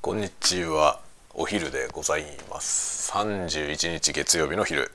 こんにちは。お昼でございます。31日月曜日の昼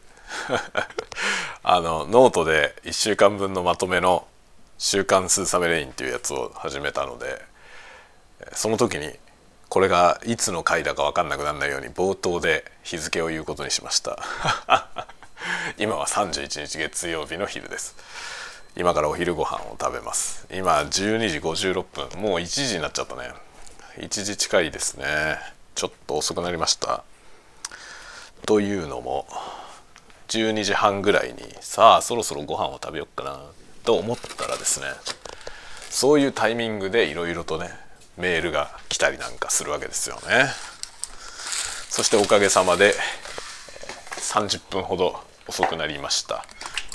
ノートで1週間分のまとめの週刊スーサメレインっていうやつを始めたので、その時にこれがいつの回だか分かんなくならないように冒頭で日付を言うことにしました今は31日月曜日の昼です。今からお昼ご飯を食べます。今12時56分、もう1時になっちゃったね。1時近いですね。ちょっと遅くなりました。というのも12時半ぐらいにさあそろそろご飯を食べよっかなと思ったらですね、そういうタイミングでいろいろとねメールが来たりなんかするわけですよね。そしておかげさまで30分ほど遅くなりました。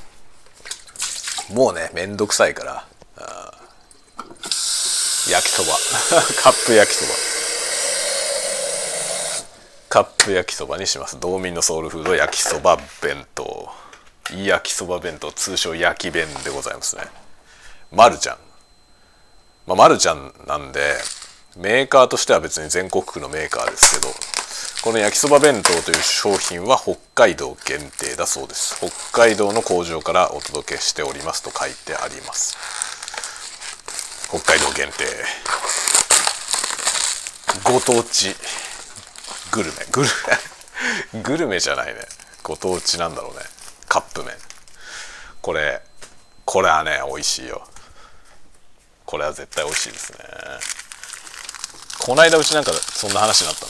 もうねめんどくさいから焼きそばカップ焼きそばにします。道民のソウルフード焼きそば弁当、焼きそば弁当、通称焼き弁でございますね。マルちゃん、マルちゃんなんでメーカーとしては別に全国区のメーカーですけど、この焼きそば弁当という商品は北海道限定だそうです。北海道の工場からお届けしておりますと書いてあります。北海道限定ご当地グルメじゃないね、ご当地なんだろうね、カップ麺。これはね美味しいよ。これは絶対美味しいですね。こないだうちなんかそんな話になった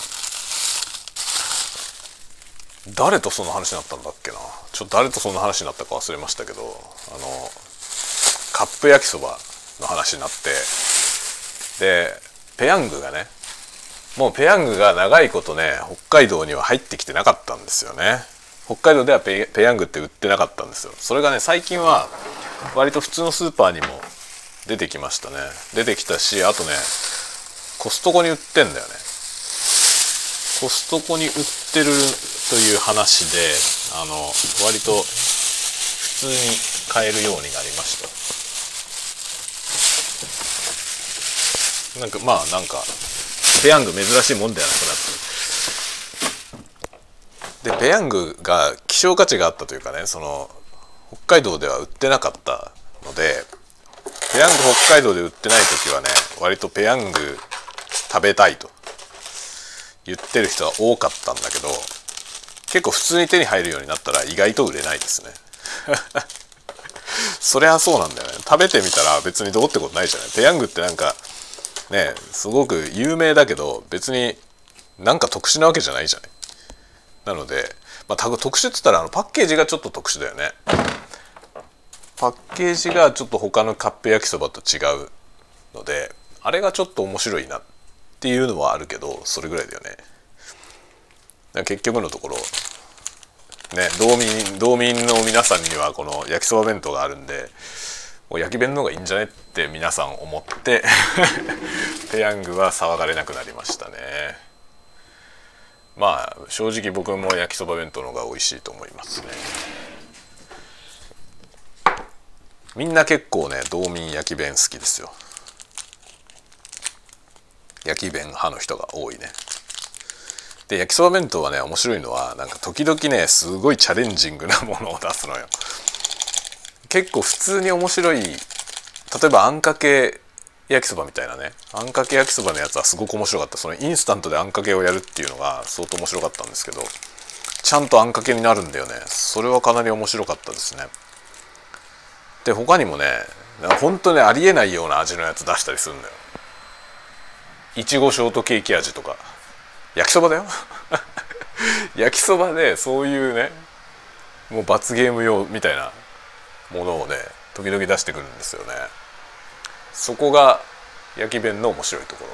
の。誰とそんな話になったんだっけな。誰とそんな話になったか忘れましたけど、カップ焼きそばの話になって、でペヤングがね、もうペヤングが長いことね北海道には入ってきてなかったんですよね。北海道ではペヤングって売ってなかったんですよ。それがね最近は割と普通のスーパーにも出てきましたね。出てきたし、あとねコストコに売ってんだよね。コストコに売ってるという話で割と普通に買えるようになりました。なんかペヤング珍しいもんではなくなってる。でペヤングが希少価値があったというかね、その北海道では売ってなかったので、ペヤング北海道で売ってない時はね割とペヤング食べたいと言ってる人が多かったんだけど、結構普通に手に入るようになったら意外と売れないですねそりゃそうなんだよね。食べてみたら別にどうってことないじゃない。ペヤングってなんかねすごく有名だけど別になんか特殊なわけじゃないじゃない。なので特殊って言ったらパッケージがちょっと特殊だよね。パッケージがちょっと他のカップ焼きそばと違うので、あれがちょっと面白いなっていうのはあるけど、それぐらいだよね。だから結局のところね、道民の皆さんにはこの焼きそば弁当があるんで、焼き弁の方がいいんじゃねって皆さん思ってペヤングは騒がれなくなりましたね。正直僕も焼きそば弁当の方が美味しいと思いますね。みんな結構ね道民焼き弁好きですよ。焼き弁派の人が多いね。で焼きそば弁当はね面白いのはなんか時々ねすごいチャレンジングなものを出すのよ。結構普通に面白い、例えばあんかけ焼きそばみたいなね、あんかけ焼きそばのやつはすごく面白かった。そのインスタントであんかけをやるっていうのが相当面白かったんですけど、ちゃんとあんかけになるんだよね。それはかなり面白かったですね。で他にもね本当にありえないような味のやつ出したりするんだよ。いちごショートケーキ味とか。焼きそばだよ焼きそばでそういうねもう罰ゲーム用みたいなものをね時々出してくるんですよね。そこが焼き弁の面白いところ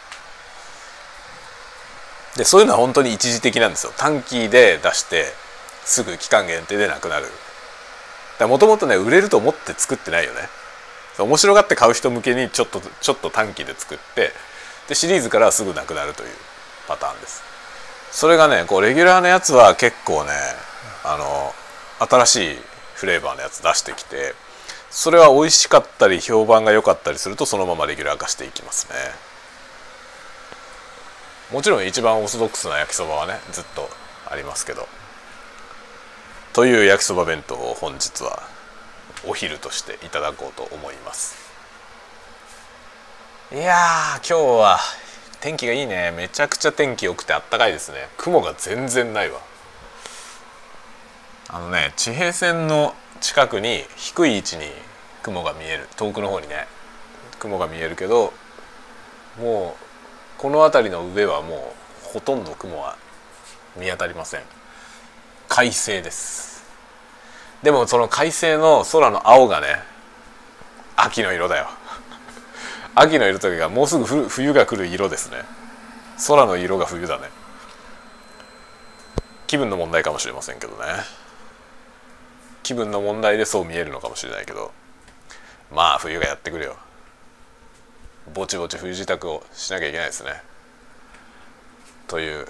で、そういうのは本当に一時的なんですよ。短期で出してすぐ期間限定でなくなる。もともとね売れると思って作ってないよね。面白がって買う人向けにちょっと短期で作って、でシリーズからはすぐなくなるというパターンです。それがねこうレギュラーのやつは結構ね新しいフレーバーのやつ出してきて、それは美味しかったり評判が良かったりするとそのままレギュラー化していきますね。 もちろん一番オーソドックスな焼きそばはねずっとありますけど、という焼きそば弁当を本日はお昼としていただこうと思います。いやー今日は天気がいいね。めちゃくちゃ天気良くてあったかいですね。雲が全然ないわ。地平線の近くに低い位置に雲が見える、遠くの方にね雲が見えるけど、もうこの辺りの上はもうほとんど雲は見当たりません。快晴です。でもその快晴の空の青がね秋の色だよ秋の色というかもうすぐ冬が来る色ですね。空の色が冬だね。気分の問題かもしれませんけどね。気分の問題でそう見えるのかもしれないけど、まあ冬がやってくるよ。ぼちぼち冬支度をしなきゃいけないですね。という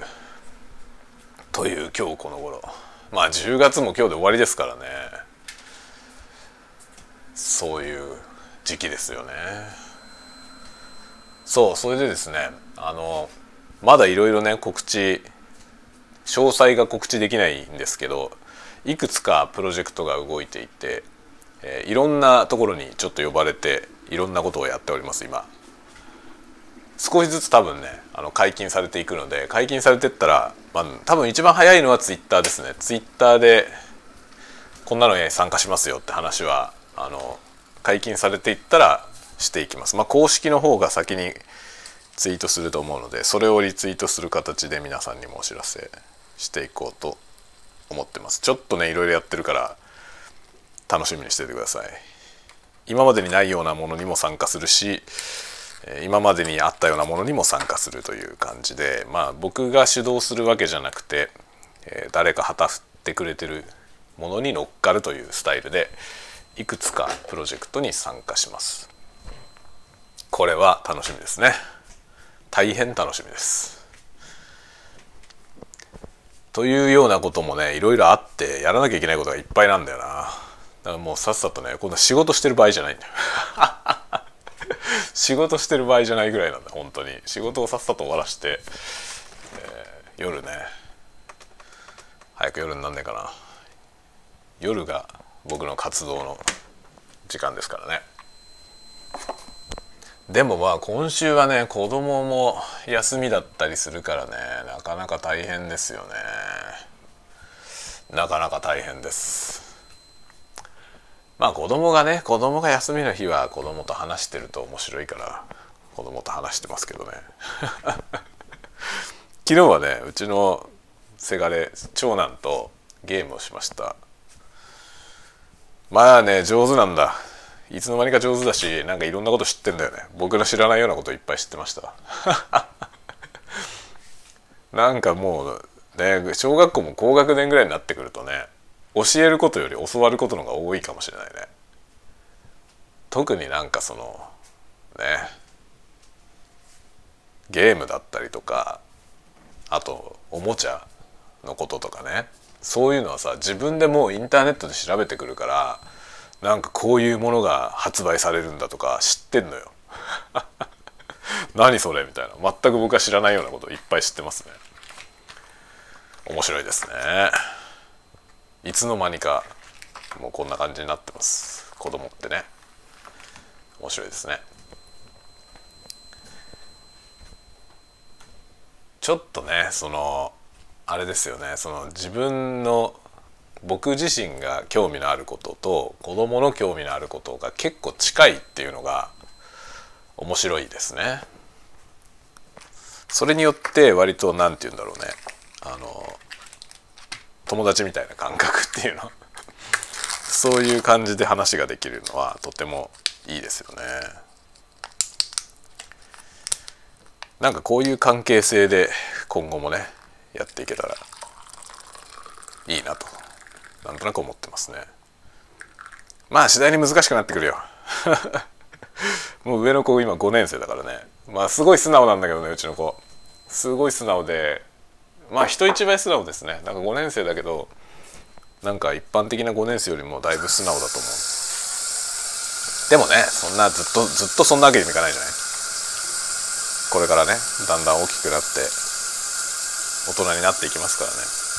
今日この頃、まあ10月も今日で終わりですからね。そういう時期ですよね。それでですね、まだいろいろね詳細が告知できないんですけど、いくつかプロジェクトが動いていて、いろんなところにちょっと呼ばれていろんなことをやっております。今少しずつ多分ね解禁されていくので、解禁されていったら、多分一番早いのはツイッターですね。ツイッターでこんなのに参加しますよって話は解禁されていったらしていきます。公式の方が先にツイートすると思うので、それをリツイートする形で皆さんにもお知らせしていこうと思ってます。ちょっとねいろいろやってるから楽しみにしててください。今までにないようなものにも参加するし、今までにあったようなものにも参加するという感じで、僕が主導するわけじゃなくて、誰か旗振ってくれてるものに乗っかるというスタイルでいくつかプロジェクトに参加します。これは楽しみですね。大変楽しみです。というようなこともねいろいろあってやらなきゃいけないことがいっぱいなんだよな。だからもうさっさとね、今度仕事してる場合じゃないんだよ仕事してる場合じゃないぐらいなんだ。本当に仕事をさっさと終わらして、夜ね早く夜になんねえかな。夜が僕の活動の時間ですからね。でも今週はね子供も休みだったりするからね、なかなか大変ですよね。なかなか大変です。子供が休みの日は子供と話してると面白いから子供と話してますけどね昨日はねうちのせがれ長男とゲームをしました。上手なんだ。いつの間にか上手だし、なんかいろんなこと知ってんだよね。僕の知らないようなこといっぱい知ってましたなんかもうね、小学校も高学年ぐらいになってくるとね、教えることより教わることの方が多いかもしれないね。特になんかゲームだったりとか、あとおもちゃのこととかね、そういうのはさ自分でもうインターネットで調べてくるから、なんかこういうものが発売されるんだとか知ってんのよ何それみたいな、全く僕は知らないようなことをいっぱい知ってますね。面白いですね。いつの間にかもうこんな感じになってます。子供ってね面白いですね。ちょっとねあれですよね、自分の僕自身が興味のあることと子供の興味のあることが結構近いっていうのが面白いですね。それによって割となんて言うんだろうね、友達みたいな感覚っていうのそういう感じで話ができるのはとてもいいですよね。なんかこういう関係性で今後もねやっていけたらいいなとなんとなく思ってますね。次第に難しくなってくるよもう上の子今5年生だからね、すごい素直なんだけどね、うちの子すごい素直で、人一倍素直ですね。なんか5年生だけどなんか一般的な5年生よりもだいぶ素直だと思う。でもねそんなずっとそんなわけにもいかないじゃない。 これからねだんだん大きくなって大人になっていきますからね、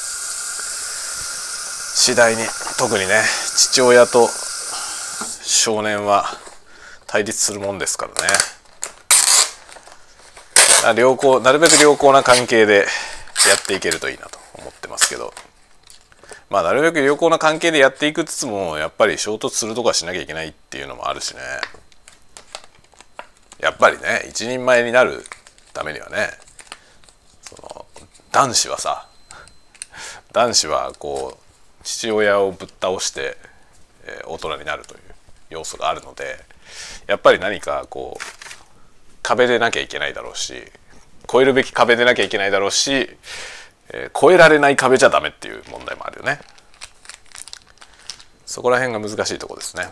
次第に特にね父親と少年は対立するもんですからね、なるべく良好な関係でやっていけるといいなと思ってますけど、まあなるべく良好な関係でやっていくつつもやっぱり衝突するとこはしなきゃいけないっていうのもあるしね、やっぱりね一人前になるためにはね、その男子はこう父親をぶっ倒して、大人になるという要素があるので、やっぱり何かこう壁でなきゃいけないだろうし、越えるべき壁でなきゃいけないだろうし、越えられない壁じゃダメっていう問題もあるよね。そこら辺が難しいところですね。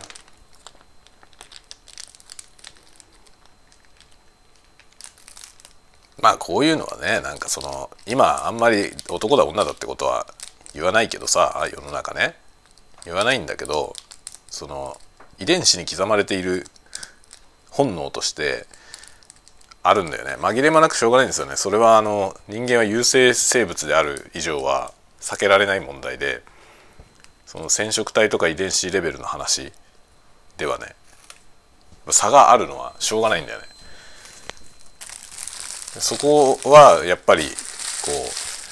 まあこういうのはね、なんかその今あんまり男だ女だってことは言わないけどさ、世の中ね言わないんだけど、その遺伝子に刻まれている本能としてあるんだよね。紛れもなくしょうがないんですよね。それは人間は有性生物である以上は避けられない問題で、その染色体とか遺伝子レベルの話ではね差があるのはしょうがないんだよね。そこはやっぱりこう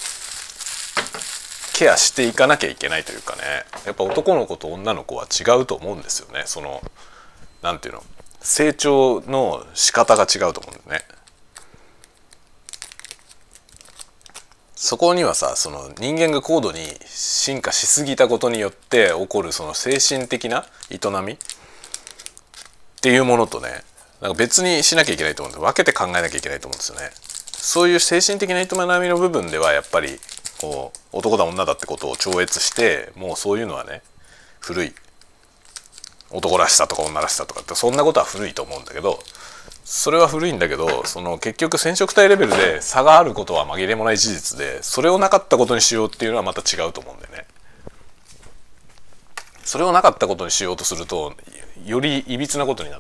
ケアしていかなきゃいけないというかね、やっぱ男の子と女の子は違うと思うんですよね。そのなんていうの、成長の仕方が違うと思うんだよね。そこにはさ、その人間が高度に進化しすぎたことによって起こるその精神的な営みっていうものとね、なんか別にしなきゃいけないと思うんで、分けて考えなきゃいけないと思うんですよね。そういう精神的な営みの部分ではやっぱりこう男だ女だってことを超越して、もうそういうのはね古い、男らしさとか女らしさとかってそんなことは古いと思うんだけど、それは古いんだけど、その結局染色体レベルで差があることは紛れもない事実で、それをなかったことにしようっていうのはまた違うと思うんだよね。それをなかったことにしようとするとよりいびつなことになって、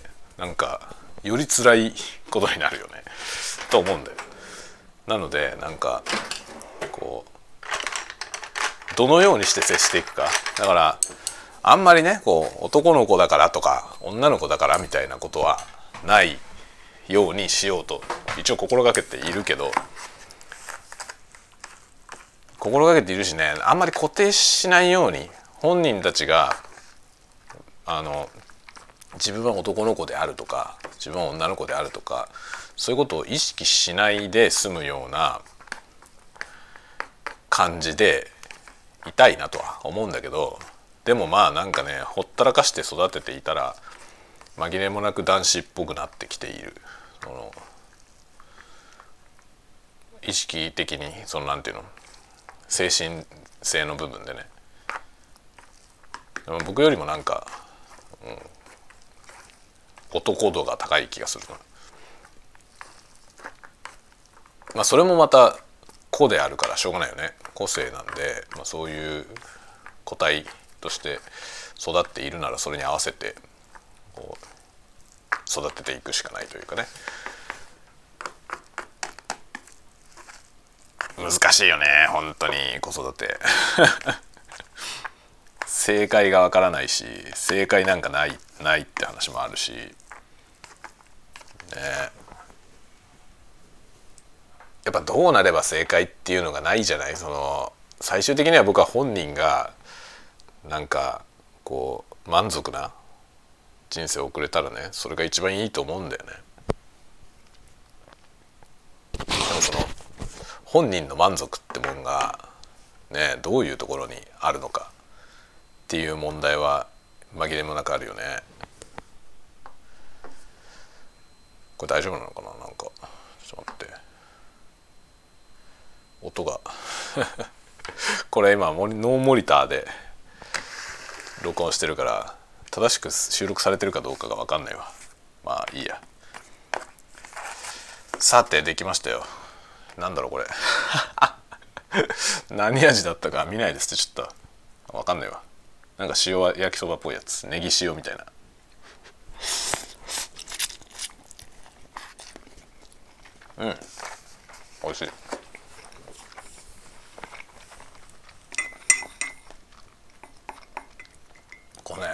なんかより辛いことになるよねと思うんだよ。なのでなんかこうどのようにして接していくか、だからあんまりねこう男の子だからとか女の子だからみたいなことはないようにしようと一応心がけているけど、心がけているしね、あんまり固定しないように本人たちが自分は男の子であるとか自分は女の子であるとかそういうことを意識しないで済むような感じでいたいなとは思うんだけど、でもまあなんかねほったらかして育てていたら紛れもなく男子っぽくなってきている、その意識的にそのなんていうの精神性の部分でね、でも僕よりもなんか、男度が高い気がするな。まあそれもまた個であるからしょうがないよね。個性なんで、まあ、そういう個体として育っているならそれに合わせてこう育てていくしかないというかね。難しいよね本当に子育て正解がわからないし、正解なんかないって話もあるしね。やっぱどうなれば正解っていうのがないじゃない。その最終的には僕は本人がなんかこう満足な人生を送れたらねそれが一番いいと思うんだよね。でもその本人の満足ってもんがねどういうところにあるのかっていう問題は紛れもなくあるよね。これ大丈夫なのかな、なんかちょっと待って、音がこれ今ノーモニターで録音してるから正しく収録されてるかどうかが分かんないわ。まあいいや。さてできましたよ。なんだろうこれ何味だったか見ないですってちょっと分かんないわ。なんか塩は焼きそばっぽいやつ、ネギ塩みたいな。 美味しい。これね、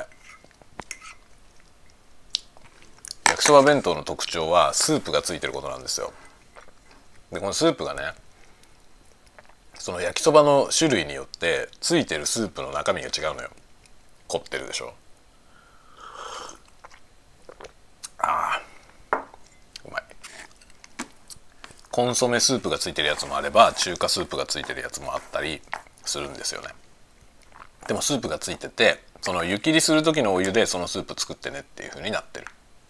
焼きそば弁当の特徴はスープがついてることなんですよ。でこのスープがね、その焼きそばの種類によってついてるスープの中身が違うのよ。凝ってるでしょ。うまい。コンソメスープがついてるやつもあれば、中華スープがついてるやつもあったりするんですよね。でもスープがついてて、その湯切りする時のお湯でそのスープ作ってねっていう風になってる。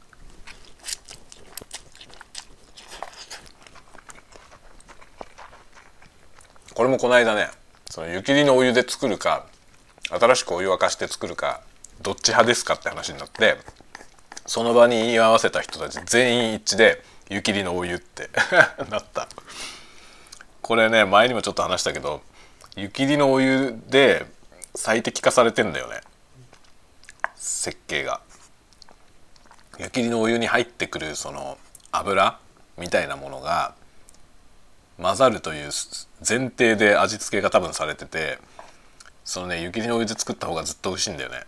これもこの間ね、その湯切りのお湯で作るか新しくお湯沸かして作るかどっち派ですかって話になって、その場に言い合わせた人たち全員一致で湯切りのお湯ってなった。これね、前にもちょっと話したけど、湯切りのお湯で最適化されてんだよね、設計が。湯切りのお湯に入ってくるその油みたいなものが混ざるという前提で味付けが多分されてて、そのね、湯切りのお湯で作った方がずっと美味しいんだよね。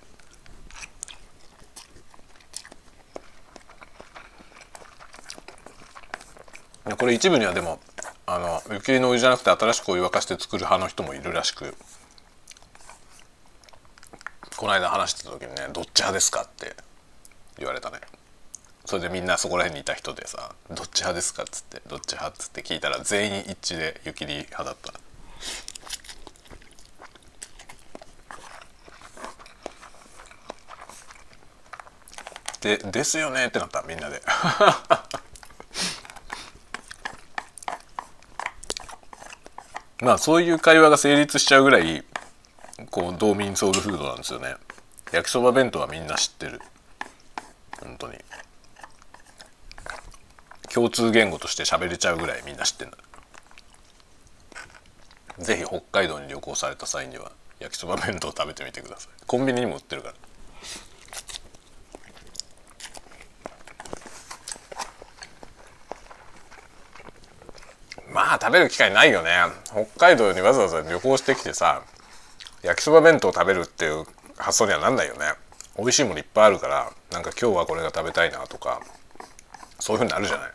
これ一部にはでも湯切りのお湯じゃなくて新しくお湯沸かして作る派の人もいるらしく、この間話してた時にね、どっち派ですかって言われたね。それでみんなそこら辺にいた人でさ、どっち派ですかっつって、どっち派っつって聞いたら全員一致で湯切り派だった。ですよねってなった、みんなでまあそういう会話が成立しちゃうぐらいこう道民ソウルフードなんですよね。焼きそば弁当はみんな知ってる。本当に共通言語として喋れちゃうぐらいみんな知ってるんだ。ぜひ北海道に旅行された際には焼きそば弁当を食べてみてください。コンビニにも売ってるから。まあ食べる機会ないよね。北海道にわざわざ旅行してきてさ、焼きそば弁当を食べるっていう発想にはなんないよね。美味しいものいっぱいあるから、なんか今日はこれが食べたいなとか、そういう風になるじゃない。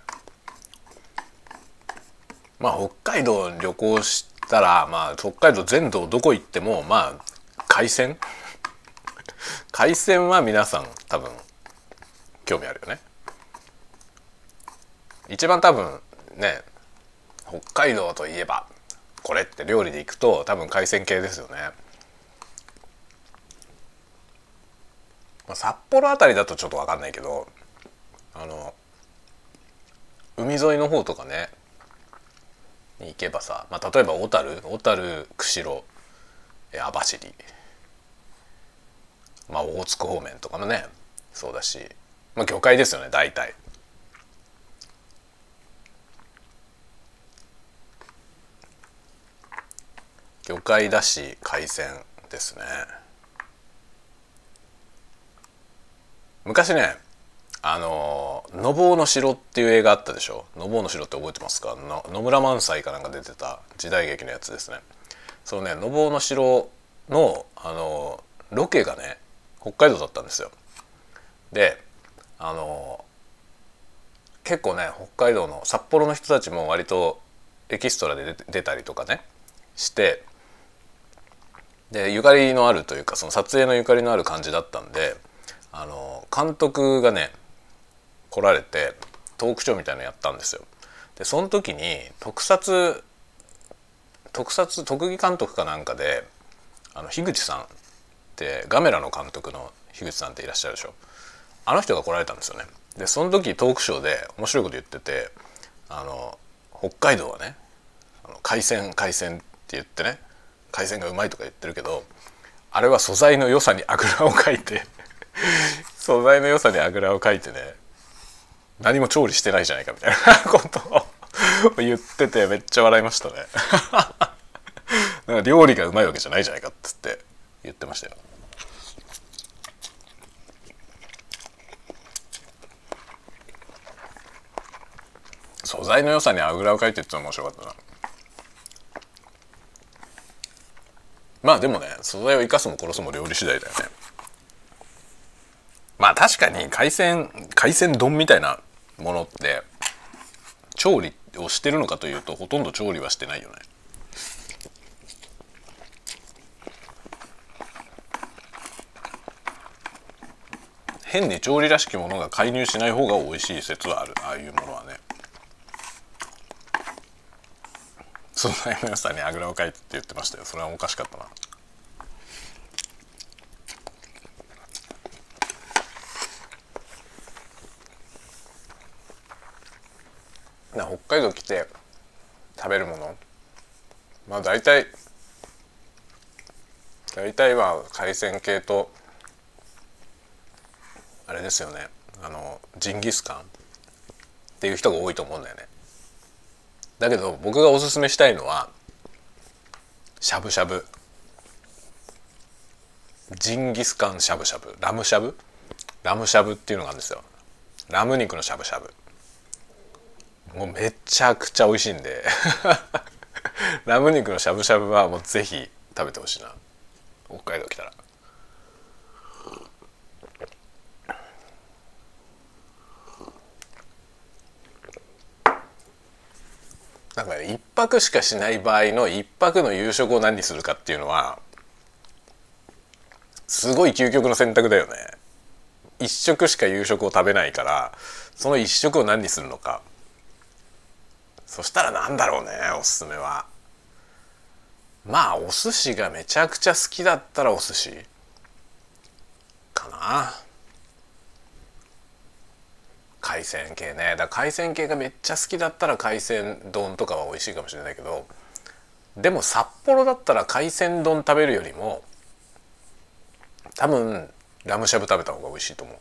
まあ北海道旅行したら、まあ北海道全土どこ行ってもまあ海鮮海鮮は皆さん多分興味あるよね。一番多分ね、北海道といえばこれって料理でいくと多分海鮮系ですよね。札幌あたりだとちょっと分かんないけど、海沿いの方とかねに行けばさ、まあ、例えば小樽、釧路、網走、まあ、大津方面とかもねそうだし、まあ、魚介ですよね大体。魚介だし海鮮ですね。昔ね、のぼうの城っていう映画あったでしょ。のぼうの城って覚えてますか？野村萬斎かなんか出てた時代劇のやつですね。そのね、のぼうの城のロケがね北海道だったんですよ。で結構ね北海道の札幌の人たちも割とエキストラで出たりとかねして、でゆかりのあるというかその撮影のゆかりのある感じだったんで、監督がね来られてトークショーみたいなのやったんですよ。でその時に特技監督かなんかで樋口さんってガメラの監督の樋口さんっていらっしゃるでしょ。あの人が来られたんですよね。でその時トークショーで面白いこと言ってて、北海道はね海鮮って言ってね、海鮮がうまいとか言ってるけど、あれは素材の良さにあぐらをかいて素材の良さにあぐらをかいてね、何も調理してないじゃないかみたいなことを言っててめっちゃ笑いましたねなんか料理がうまいわけじゃないじゃないかっつって言ってましたよ。 素材の良さにあぐらをかいてってのも面白かったな。まあでもね、素材を生かすも殺すも料理次第だよね。まあ確かに海鮮丼みたいなものって調理をしてるのかというとほとんど調理はしてないよね。変に調理らしきものが介入しない方が美味しい説はある。ああいうものはね、素材の良さにあぐらをかいてって言ってましたよ。それはおかしかったな。北海道来て食べるもの、まあ大体は海鮮系とあれですよね、ジンギスカンっていう人が多いと思うんだよね。だけど僕がおすすめしたいのはしゃぶしゃぶ、ジンギスカンしゃぶしゃぶ、ラムしゃぶっていうのがあるんですよ。ラム肉のしゃぶしゃぶ、もうめちゃくちゃ美味しいんでラム肉のしゃぶしゃぶはもうぜひ食べてほしいな、北海道来たら。なんかね、一泊しかしない場合の一泊の夕食を何にするかっていうのはすごい究極の選択だよね。一食しか夕食を食べないから、その一食を何にするのか。そしたらなんだろうね、おすすめは。まあお寿司がめちゃくちゃ好きだったらお寿司かな。海鮮系ね。だから海鮮系がめっちゃ好きだったら海鮮丼とかは美味しいかもしれないけど、でも札幌だったら海鮮丼食べるよりも多分ラムしゃぶ食べた方が美味しいと思う。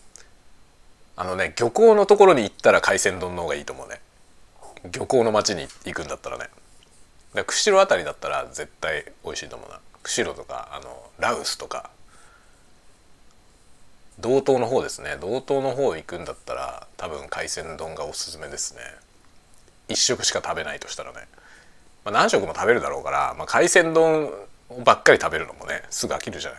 漁港のところに行ったら海鮮丼の方がいいと思うね。漁港の町に行くんだったらね。だ釧路あたりだったら絶対美味しいと思うな。釧路とか羅臼とか道東の方ですね。道東の方行くんだったら多分海鮮丼がおすすめですね。一食しか食べないとしたらね、まあ、何食も食べるだろうから、まあ、海鮮丼ばっかり食べるのもねすぐ飽きるじゃない。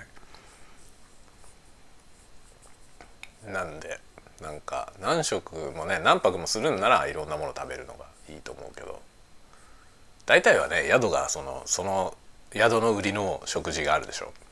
なんでなんか何食もね何泊もするんならいろんなもの食べるのがいいと思うけど、大体はね宿がその宿の売りの食事があるでしょ。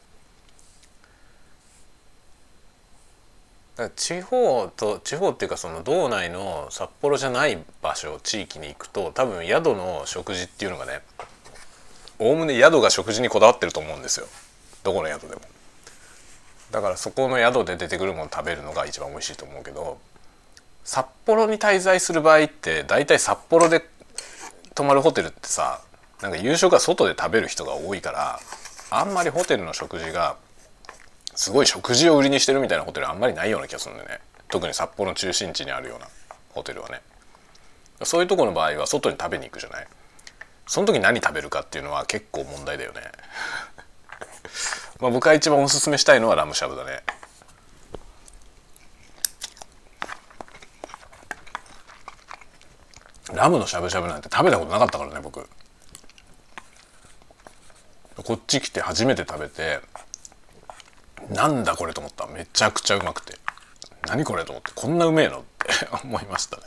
だから地方っていうかその道内の札幌じゃない場所地域に行くと多分宿の食事っていうのがね、おおむね宿が食事にこだわってると思うんですよ、どこの宿でも。だからそこの宿で出てくるもの食べるのが一番美味しいと思うけど、札幌に滞在する場合って大体札幌で泊まるホテルってさ、なんか夕食は外で食べる人が多いから、あんまりホテルの食事がすごい食事を売りにしてるみたいなホテルあんまりないような気がするんでね。特に札幌の中心地にあるようなホテルはね。そういうところの場合は外に食べに行くじゃない。その時何食べるかっていうのは結構問題だよねまあ僕が一番おすすめしたいのはラムしゃぶだね。ラムのしゃぶしゃぶなんて食べたことなかったからね僕。こっち来て初めて食べて、なんだこれと思った。めちゃくちゃうまくて、何これと思って、こんなうめえのって思いましたね。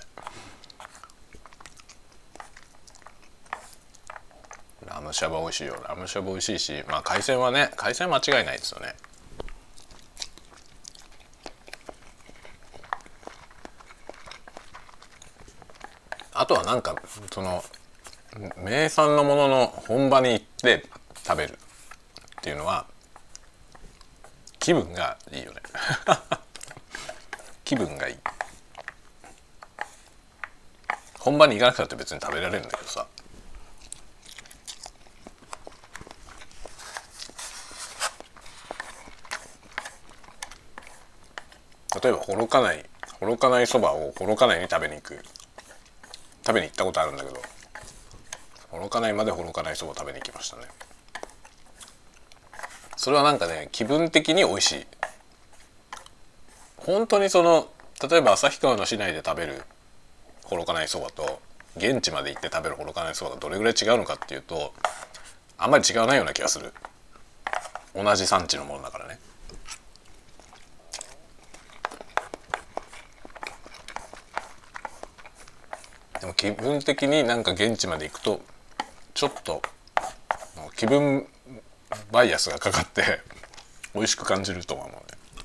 ラムしゃぶ美味しいよ。ラムしゃぶ美味しいし、まあ海鮮は間違いないですよね。あとはなんかその名産のものの本場に行って食べるっていうのは気分がいいよね気分がいい。本場に行かなくたって別に食べられるんだけどさ。例えば幌加内そばを幌加内に食べに行ったことあるんだけど、幌加内まで幌加内そば食べに行きましたね。それはなんかね気分的に美味しい。本当に例えば旭川の市内で食べる幌加内そばと現地まで行って食べる幌加内そばがどれぐらい違うのかっていうと、あんまり違わないような気がする。同じ産地のものだからね。でも気分的になんか現地まで行くとちょっと気分バイアスがかかって美味しく感じると思うね。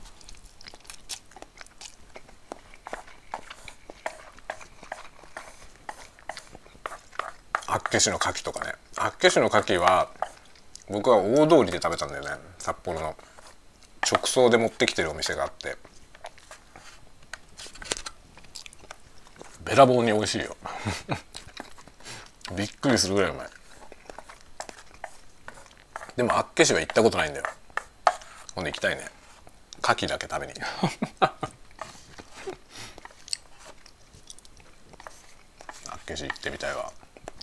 厚岸の牡蠣とかね。厚岸の牡蠣は僕は大通りで食べたんだよね。札幌の直送で持ってきてるお店があって、べらぼうに美味しいよびっくりするぐらいうまい。でも厚岸は行ったことないんだよ。今度行きたいね。牡蠣だけ食べに厚岸行ってみたいわ。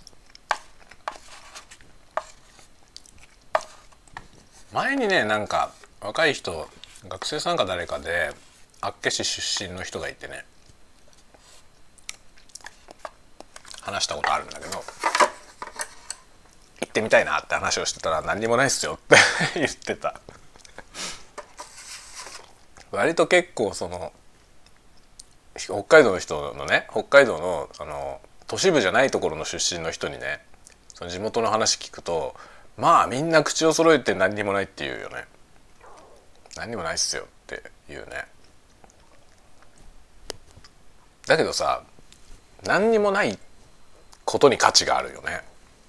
前にね、なんか若い人、学生さんか誰かで厚岸出身の人がいてね、話したことあるんだけど、行ってみたいなって話をしてたら何にもないっすよって言ってた。割と結構その北海道の人のね、北海道の都市部じゃないところの出身の人にね、その地元の話聞くと、まあみんな口を揃えて何にもないって言うよね。何にもないっすよって言うね。だけどさ、何にもないことに価値があるよね。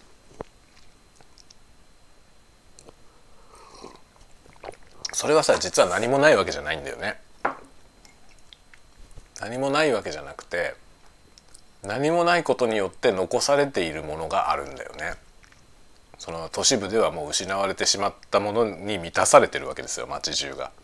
それはさ、実は何もないわけじゃないんだよね。何もないわけじゃなくて、何もないことによって残されているものがあるんだよね。その都市部ではもう失われてしまったものに満たされてるわけですよ、街中が。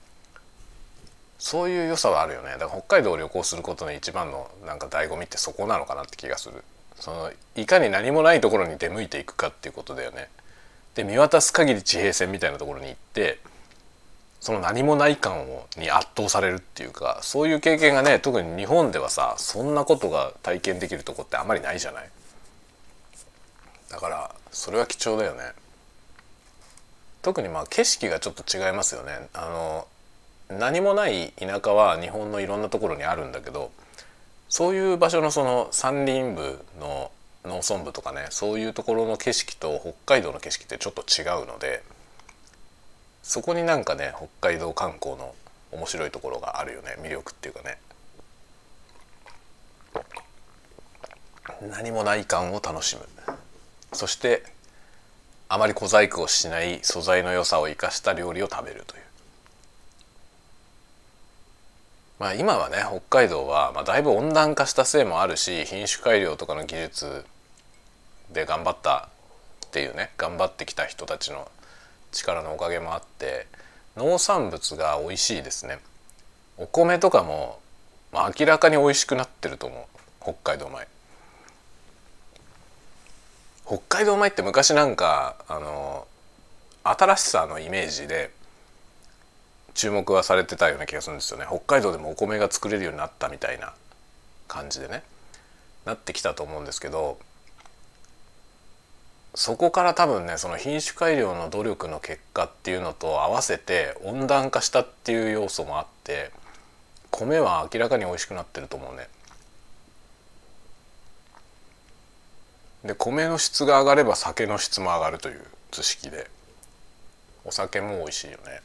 そういう良さはあるよね。だから北海道を旅行することの一番のなんか醍醐味ってそこなのかなって気がする。そのいかに何もないところに出向いていくかっていうことだよね。で、見渡す限り地平線みたいなところに行って、その何もない感に圧倒されるっていうか、そういう経験がね、特に日本ではさ、そんなことが体験できるとこってあんまりないじゃない。だからそれは貴重だよね。特にまあ景色がちょっと違いますよね。何もない田舎は日本のいろんなところにあるんだけど、そういう場所のその山林部の農村部とかね、そういうところの景色と北海道の景色ってちょっと違うので、そこになんかね、北海道観光の面白いところがあるよね。魅力っていうかね、何もない感を楽しむ。そしてあまり小細工をしない素材の良さを生かした料理を食べるという。まあ今はね、北海道はだいぶ温暖化したせいもあるし、品種改良とかの技術で頑張ったっていうね、頑張ってきた人たちの力のおかげもあって農産物が美味しいですね。お米とかも、明らかに美味しくなってると思う。北海道米。北海道米って昔なんか新しさのイメージで注目はされてたような気がするんですよね。北海道でもお米が作れるようになったみたいな感じでね、なってきたと思うんですけど、そこから多分ね、その品種改良の努力の結果っていうのと合わせて温暖化したっていう要素もあって、米は明らかに美味しくなってると思うね。で、米の質が上がれば酒の質も上がるという図式で、お酒も美味しいよね。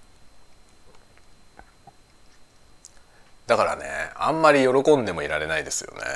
だからね、あんまり喜んでもいられないですよね。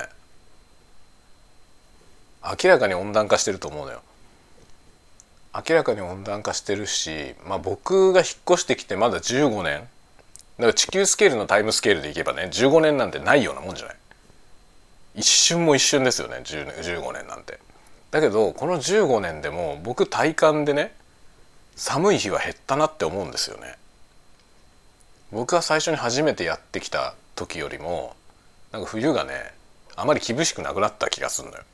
明らかに温暖化してると思うのよ。明らかに温暖化してるし、僕が引っ越してきてまだ15年、だから地球スケールのタイムスケールでいけばね、15年なんてないようなもんじゃない。一瞬も一瞬ですよね、15年なんて。だけどこの15年でも僕体感でね、寒い日は減ったなって思うんですよね。僕が最初に初めてやってきた時よりもなんか冬がね、あまり厳しくなくなった気がするのよ。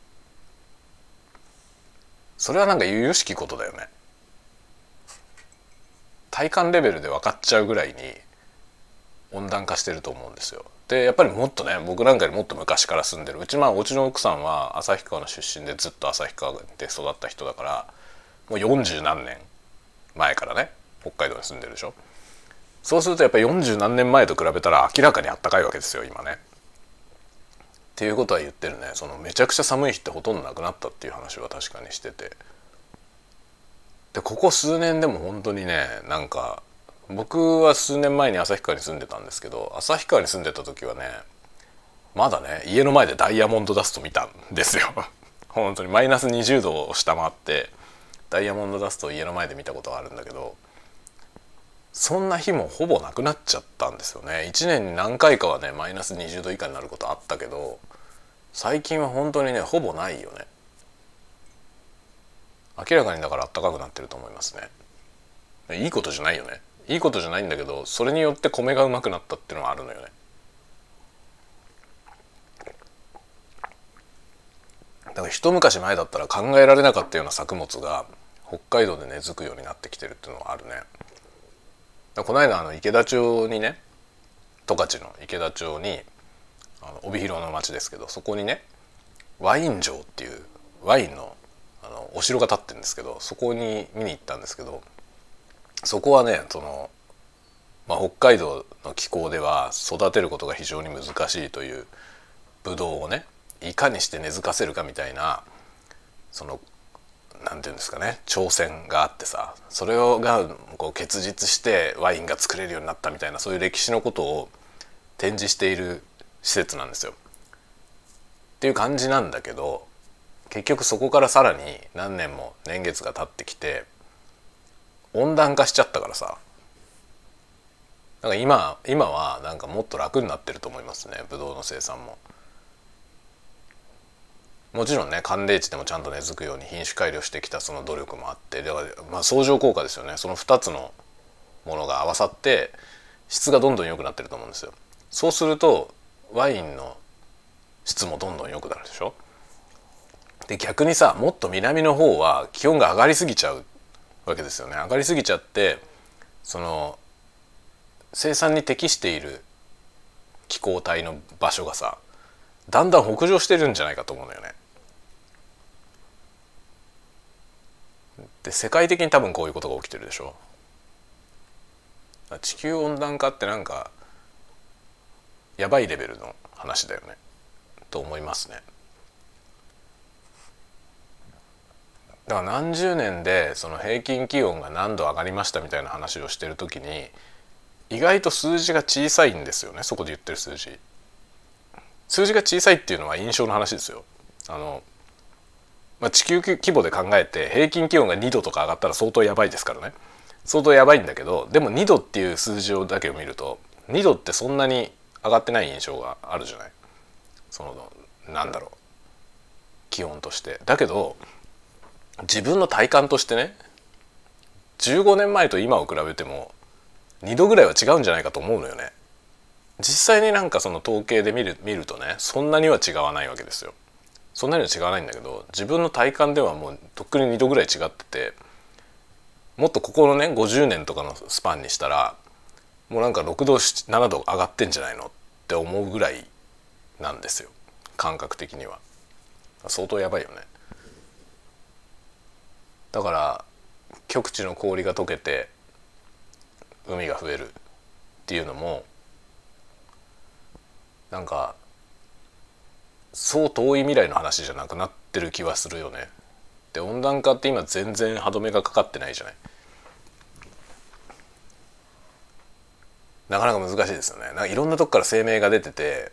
それはなんか由々しきことだよね。体感レベルで分かっちゃうぐらいに温暖化してると思うんですよ。でやっぱりもっとね、僕なんかよりもっと昔から住んでる、うちの奥さんは旭川の出身でずっと旭川で育った人だから、もう40何年前からね北海道に住んでるでしょ。そうするとやっぱり40何年前と比べたら明らかにあったかいわけですよ今ね。っていうことは言ってるね。そのめちゃくちゃ寒い日ってほとんどなくなったっていう話は確かにしてて、でここ数年でも本当にね、なんか僕は数年前に旭川に住んでたんですけど、旭川に住んでた時はね、まだね家の前でダイヤモンドダスト見たんですよ本当にマイナス20度を下回ってダイヤモンドダストを家の前で見たことがあるんだけど、そんな日もほぼなくなっちゃったんですよね。1年に何回かはねマイナス20度以下になることあったけど、最近は本当にねほぼないよね。明らかにだから暖かくなってると思いますね。いいことじゃないよね。いいことじゃないんだけど、それによって米がうまくなったっていうのはあるのよね。だから一昔前だったら考えられなかったような作物が北海道で根付くようになってきてるっていうのはあるね。この間池田町にね、十勝の池田町に帯広の町ですけど、そこにねワイン城っていうワインのお城が建ってるんですけど、そこに見に行ったんですけど、そこはね北海道の気候では育てることが非常に難しいというブドウをねいかにして根付かせるかみたいな、そのなんていうんですかね、挑戦があってさ、それがこう結実してワインが作れるようになったみたいな、そういう歴史のことを展示している施設なんですよ。っていう感じなんだけど、結局そこからさらに何年も年月が経ってきて温暖化しちゃったからさ、なんか今はなんかもっと楽になってると思いますね、ブドウの生産も。もちろんね寒冷地でもちゃんと根付くように品種改良してきたその努力もあって、だから相乗効果ですよね。その2つのものが合わさって質がどんどん良くなってると思うんですよ。そうするとワインの質もどんどん良くなるでしょ。で逆にさ、もっと南の方は気温が上がりすぎちゃうわけですよね。上がりすぎちゃってその生産に適している気候帯の場所がさだんだん北上してるんじゃないかと思うのよね。で世界的に多分こういうことが起きてるでしょ。地球温暖化ってなんかやばいレベルの話だよねと思いますね。だから何十年でその平均気温が何度上がりましたみたいな話をしてる時に意外と数字が小さいんですよね。そこで言ってる数字が小さいっていうのは印象の話ですよ。地球規模で考えて平均気温が2度とか上がったら相当やばいですからね。相当やばいんだけど、でも2度っていう数字をだけを見ると2度ってそんなに上がってない印象があるじゃない。そのなんだろう、気温として。だけど自分の体感としてね、15年前と今を比べても2度ぐらいは違うんじゃないかと思うのよね。実際になんかその統計で見るとね、そんなには違わないわけですよ。そんなには違わないんだけど、自分の体感ではもうとっくに2度ぐらい違ってて、もっとここのね50年とかのスパンにしたらもうなんか6度7度上がってんじゃないのって思うぐらいなんですよ、感覚的には。相当やばいよね。だから極地の氷が溶けて海が増えるっていうのもなんかそう遠い未来の話じゃなくなってる気はするよね。で温暖化って今全然歯止めがかかってないじゃない。なかなか難しいですよね。なんかいろんなとこから声明が出てて、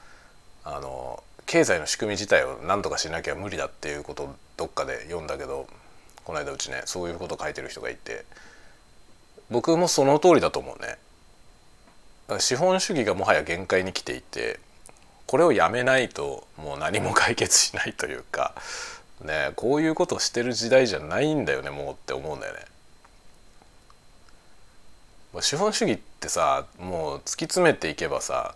経済の仕組み自体を何とかしなきゃ無理だっていうことをどっかで読んだけど、この間うちねそういうことを書いてる人がいて、僕もその通りだと思うね。だから資本主義がもはや限界に来ていて、これをやめないともう何も解決しないというかね、こういうことをしてる時代じゃないんだよねもうって思うんだよね。資本主義ってさ、もう突き詰めていけばさ、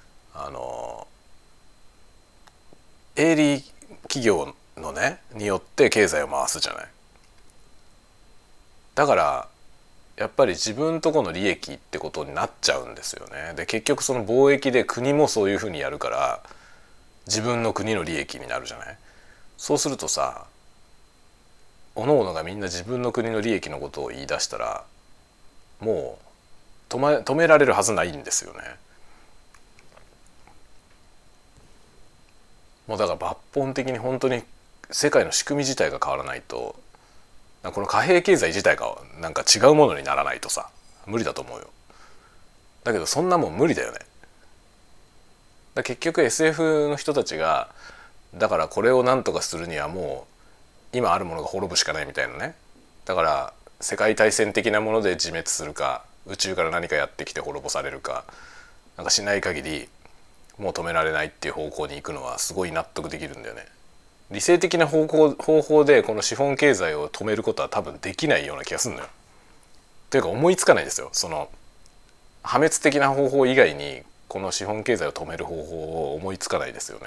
営利企業のねによって経済を回すじゃない。だからやっぱり自分とこの利益ってことになっちゃうんですよね。で結局その貿易で国もそういうふうにやるから自分の国の利益になるじゃない。そうするとさ、各々がみんな自分の国の利益のことを言い出したらもう止められるはずないんですよね。もうだから抜本的に本当に世界の仕組み自体が変わらないと、この貨幣経済自体がなんか違うものにならないとさ無理だと思うよ。だけどそんなもん無理だよね。結局 SF の人たちがだからこれを何とかするにはもう今あるものが滅ぶしかないみたいなね。だから世界大戦的なもので自滅するか宇宙から何かやってきて滅ぼされるかなんかしない限りもう止められないっていう方向に行くのはすごい納得できるんだよね。理性的な方法でこの資本経済を止めることは多分できないような気がするのよ。というか思いつかないですよ。その破滅的な方法以外にこの資本経済を止める方法を思いつかないですよね。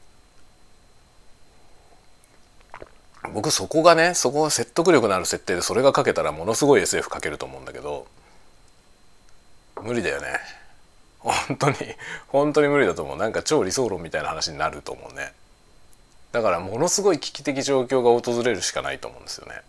僕そこが説得力のある設定でそれが書けたらものすごい SF 書けると思うんだけど無理だよね。本当に無理だと思う。なんか超理想論みたいな話になると思うね。だからものすごい危機的状況が訪れるしかないと思うんですよね。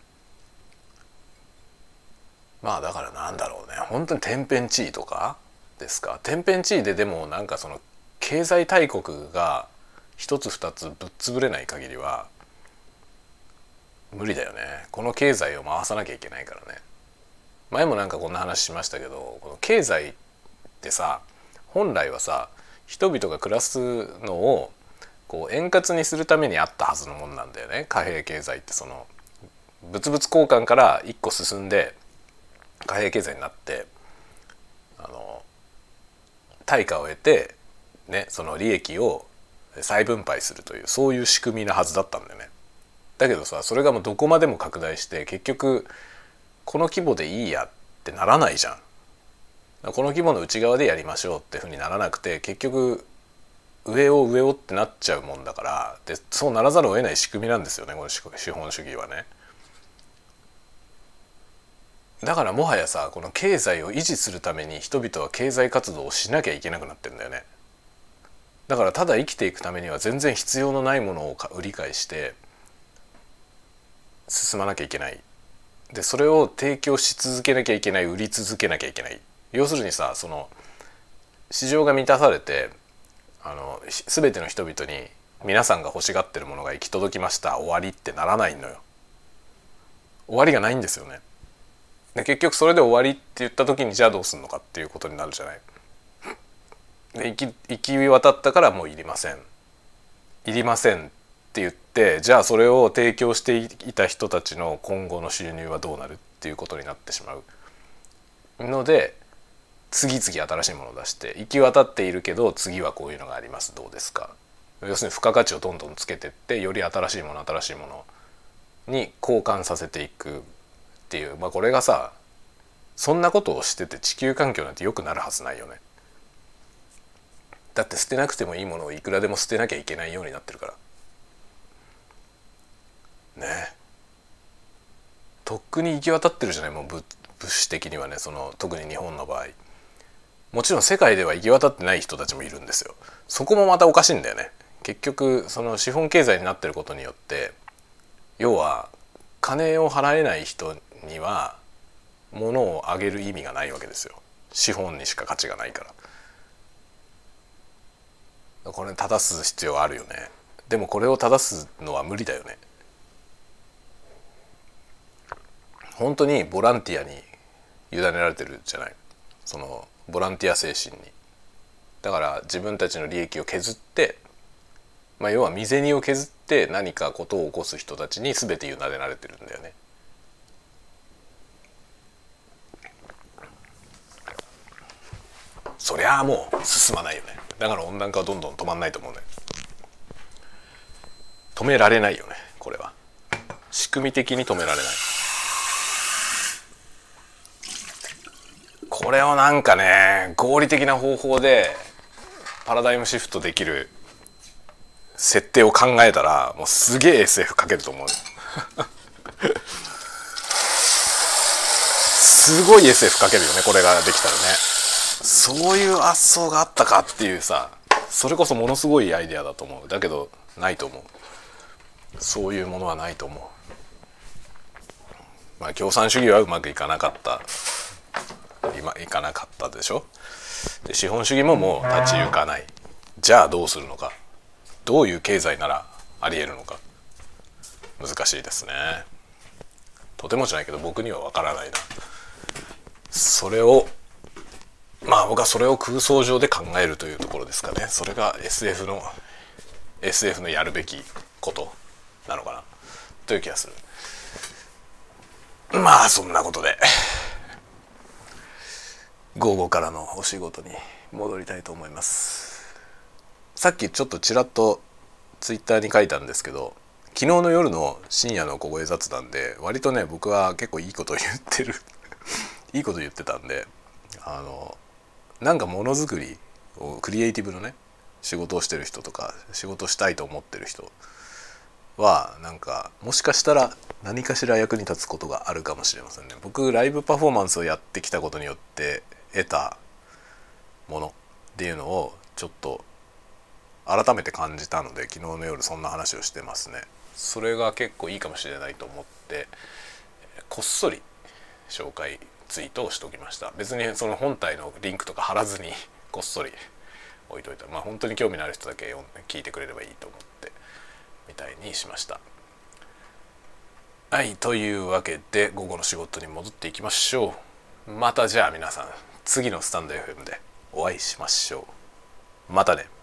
まあだからなんだろうね、本当に天変地異とかですか。天変地異ででもなんかその経済大国が一つ二つぶっ潰れない限りは無理だよね。この経済を回さなきゃいけないからね。前もなんかこんな話しましたけど、この経済ってさ本来はさ人々が暮らすのをこう円滑にするためにあったはずのもんなんだよね。貨幣経済ってその物々交換から一個進んで貨幣経済になって対価を得てねその利益を再分配するというそういう仕組みなはずだったんだよね。だけどさそれがもうどこまでも拡大して結局この規模でいいやってならないじゃん。この規模の内側でやりましょうってふうにならなくて結局上をってなっちゃうもんだから、でそうならざるを得ない仕組みなんですよねこの資本主義はね。だからもはやさこの経済を維持するために人々は経済活動をしなきゃいけなくなってんだよね。だからただ生きていくためには全然必要のないものを売り買いして進まなきゃいけない。でそれを提供し続けなきゃいけない、売り続けなきゃいけない。要するにさその市場が満たされて全ての人々に皆さんが欲しがってるものが行き届きました終わりってならないのよ。終わりがないんですよね。で結局それで終わりって言った時にじゃあどうするのかっていうことになるじゃない。で行き渡ったからもういりませんって言ってじゃあそれを提供していた人たちの今後の収入はどうなるっていうことになってしまうので次々新しいものを出して行き渡っているけど次はこういうのがありますどうですか。要するに付加価値をどんどんつけてってより新しいものに交換させていくっていう、これがさそんなことをしてて地球環境なんて良くなるはずないよね。だって捨てなくてもいいものをいくらでも捨てなきゃいけないようになってるからね。とっくに行き渡ってるじゃないもう物資的にはね。その特に日本の場合もちろん世界では行き渡ってない人たちもいるんですよ。そこもまたおかしいんだよね。結局その資本経済になってることによって要は金を払えない人には物をあげる意味がないわけですよ。資本にしか価値がないから。これ正す必要あるよね。でもこれを正すのは無理だよね。本当にボランティアに委ねられてるじゃない。そのボランティア精神に。だから自分たちの利益を削って、要は身銭を削って何かことを起こす人たちに全て委ねられてるんだよね。そりゃあもう進まないよね。だから温暖化はどんどん止まんないと思うんだよ。止められないよねこれは。仕組み的に止められない。これをなんかね合理的な方法でパラダイムシフトできる設定を考えたらもうすげえ SF 書けると思う。すすごい SF かけるよねこれができたらね。そういう発想があったかっていうさ、それこそものすごいアイデアだと思う。だけどないと思う。そういうものはないと思う。まあ共産主義はうまくいかなかった、今いかなかったでしょ。で資本主義ももう立ち行かない。じゃあどうするのか、どういう経済ならありえるのか、難しいですね。とてもじゃないけど僕には分からないな。それをまあ僕はそれを空想上で考えるというところですかね。それが SF のやるべきことなのかなという気がする。まあそんなことで午後からのお仕事に戻りたいと思います。さっきちょっとちらっとツイッターに書いたんですけど、昨日の夜の深夜の小声雑談で割とね僕は結構いいこと言ってるいいこと言ってたんで、なんかものづくりをクリエイティブのね仕事をしてる人とか仕事したいと思ってる人はなんかもしかしたら何かしら役に立つことがあるかもしれませんね。僕ライブパフォーマンスをやってきたことによって得たものっていうのをちょっと改めて感じたので、昨日の夜そんな話をしてますね。それが結構いいかもしれないと思ってこっそり紹介ツイートをしておきました。別にその本体のリンクとか貼らずにこっそり置いといた。まあ本当に興味のある人だけ読んで聞いてくれればいいと思ってみたいにしました。はい、というわけで午後の仕事に戻っていきましょう。またじゃあ皆さん次のスタンド FM でお会いしましょう。またね。